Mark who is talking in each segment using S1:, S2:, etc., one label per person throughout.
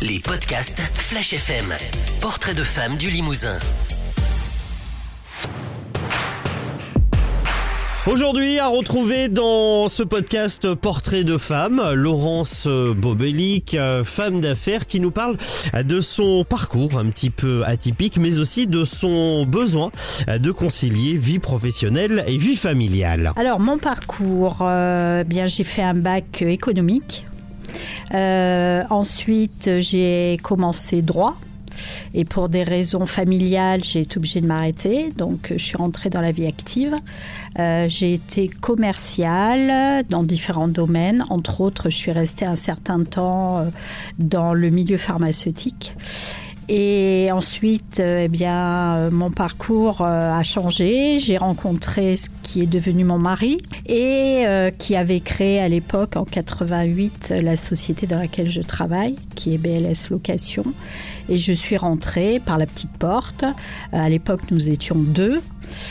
S1: Les podcasts Flash FM. Portrait de femme du Limousin.
S2: Aujourd'hui, à retrouver dans ce podcast Portrait de femme, Laurence Bobelic, femme d'affaires, qui nous parle de son parcours un petit peu atypique, mais aussi de son besoin de concilier vie professionnelle et vie familiale.
S3: Alors, mon parcours, j'ai fait un bac économique. Ensuite, j'ai commencé droit. Et pour des raisons familiales, j'ai été obligée de m'arrêter. Donc, je suis rentrée dans la vie active. J'ai été commerciale dans différents domaines. Entre autres, je suis restée un certain temps dans le milieu pharmaceutique. Et ensuite, mon parcours a changé. J'ai rencontré ce qui est devenu mon mari et qui avait créé à l'époque, en 88, la société dans laquelle je travaille, qui est BLS Location. Et je suis rentrée par la petite porte. À l'époque, nous étions deux.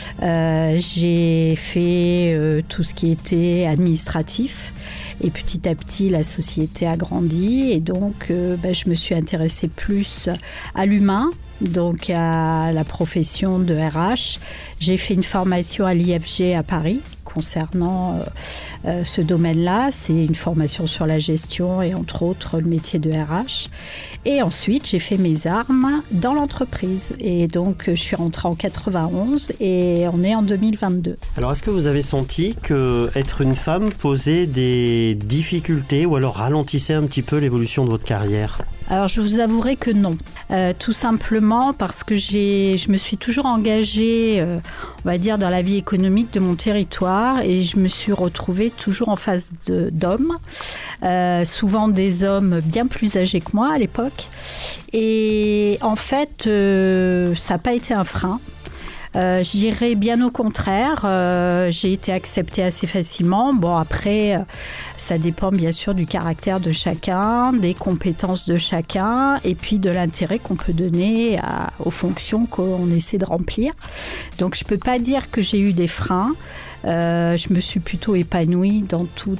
S3: J'ai fait tout ce qui était administratif. Et petit à petit, la société a grandi. Et donc, je me suis intéressée plus à l'humain, donc à la profession de RH. J'ai fait une formation à l'IFG à Paris concernant ce domaine-là. C'est une formation sur la gestion et entre autres le métier de RH. Et ensuite, j'ai fait mes armes dans l'entreprise. Et donc, je suis rentrée en 91 et on est en 2022.
S2: Alors, est-ce que vous avez senti qu'être une femme posait des difficultés ou alors ralentissait un petit peu l'évolution de votre carrière ?
S3: Alors, je vous avouerai que non. Tout simplement parce que je me suis toujours engagée, on va dire, dans la vie économique de mon territoire et je me suis retrouvée toujours en face d'hommes, souvent des hommes bien plus âgés que moi à l'époque. Et en fait, ça n'a pas été un frein. Je dirais bien au contraire, j'ai été acceptée assez facilement. Bon, après, ça dépend bien sûr du caractère de chacun, des compétences de chacun et puis de l'intérêt qu'on peut donner aux fonctions qu'on essaie de remplir. Donc, je ne peux pas dire que j'ai eu des freins. Je me suis plutôt épanouie dans tout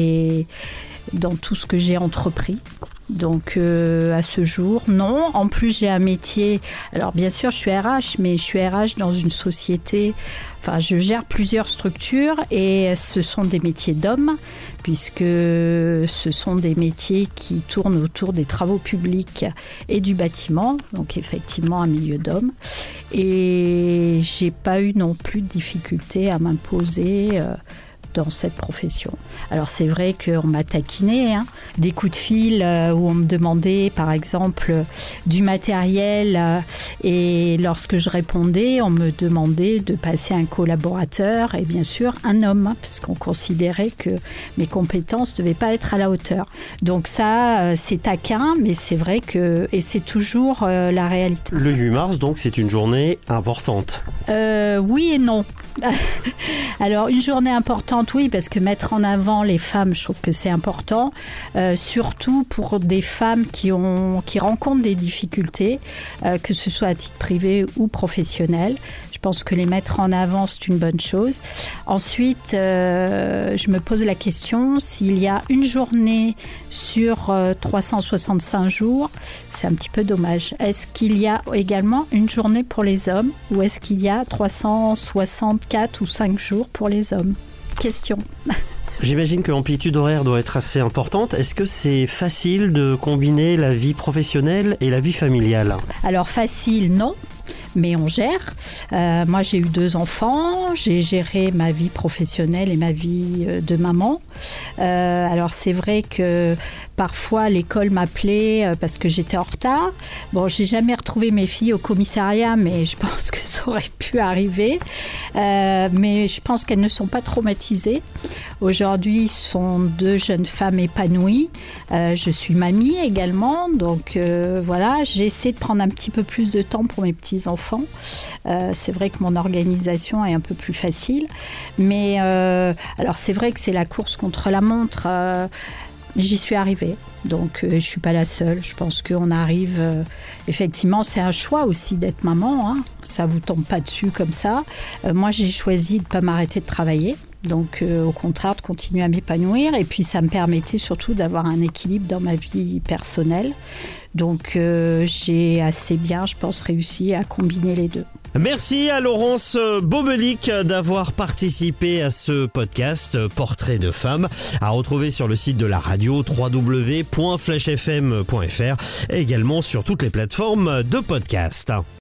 S3: ce que j'ai entrepris. Donc à ce jour, non. En plus, j'ai un métier. Alors bien sûr, je suis RH, mais je suis RH dans une société. Enfin, je gère plusieurs structures et ce sont des métiers d'hommes, puisque ce sont des métiers qui tournent autour des travaux publics et du bâtiment. Donc effectivement, un milieu d'hommes. Et j'ai pas eu non plus de difficulté à m'imposer dans cette profession. Alors c'est vrai qu'on m'a taquiné, des coups de fil où on me demandait par exemple du matériel et lorsque je répondais, on me demandait de passer un collaborateur et bien sûr un homme, parce qu'on considérait que mes compétences ne devaient pas être à la hauteur. Donc ça, c'est taquin, mais c'est vrai que, et c'est toujours la réalité.
S2: Le 8 mars, donc, c'est une journée importante.
S3: Oui et non. Alors, une journée importante, oui, parce que mettre en avant les femmes, je trouve que c'est important, surtout pour des femmes qui rencontrent des difficultés, que ce soit à titre privé ou professionnel. Je pense que les mettre en avant, c'est une bonne chose. Ensuite, je me pose la question, s'il y a une journée sur 365 jours, c'est un petit peu dommage. Est-ce qu'il y a également une journée pour les hommes ou est-ce qu'il y a 364 ou 5 jours pour les hommes ? Question.
S2: J'imagine que l'amplitude horaire doit être assez importante. Est-ce que c'est facile de combiner la vie professionnelle et la vie familiale ? Alors
S3: facile, non. Mais on gère. Moi, j'ai eu 2 enfants. J'ai géré ma vie professionnelle et ma vie de maman. Alors, c'est vrai que parfois, l'école m'appelait parce que j'étais en retard. Bon, j'ai jamais retrouvé mes filles au commissariat, mais je pense que ça aurait pu arriver. Mais je pense qu'elles ne sont pas traumatisées. Aujourd'hui, ce sont 2 jeunes femmes épanouies. Je suis mamie également. Donc, voilà, j'essaie de prendre un petit peu plus de temps pour mes petits-enfants. C'est vrai que mon organisation est un peu plus facile. Mais alors, c'est vrai que c'est la course contre la montre. J'y suis arrivée. Donc, je ne suis pas la seule. Je pense qu'on arrive... effectivement, c'est un choix aussi d'être maman. Ça ne vous tombe pas dessus comme ça. Moi, j'ai choisi de ne pas m'arrêter de travailler. Donc au contraire de continuer à m'épanouir, et puis ça me permettait surtout d'avoir un équilibre dans ma vie personnelle. Donc j'ai assez bien, je pense, réussi à combiner les deux.
S2: Merci à Laurence Bobelic d'avoir participé à ce podcast Portrait de femme, à retrouver sur le site de la radio www.flashfm.fr et également sur toutes les plateformes de podcast.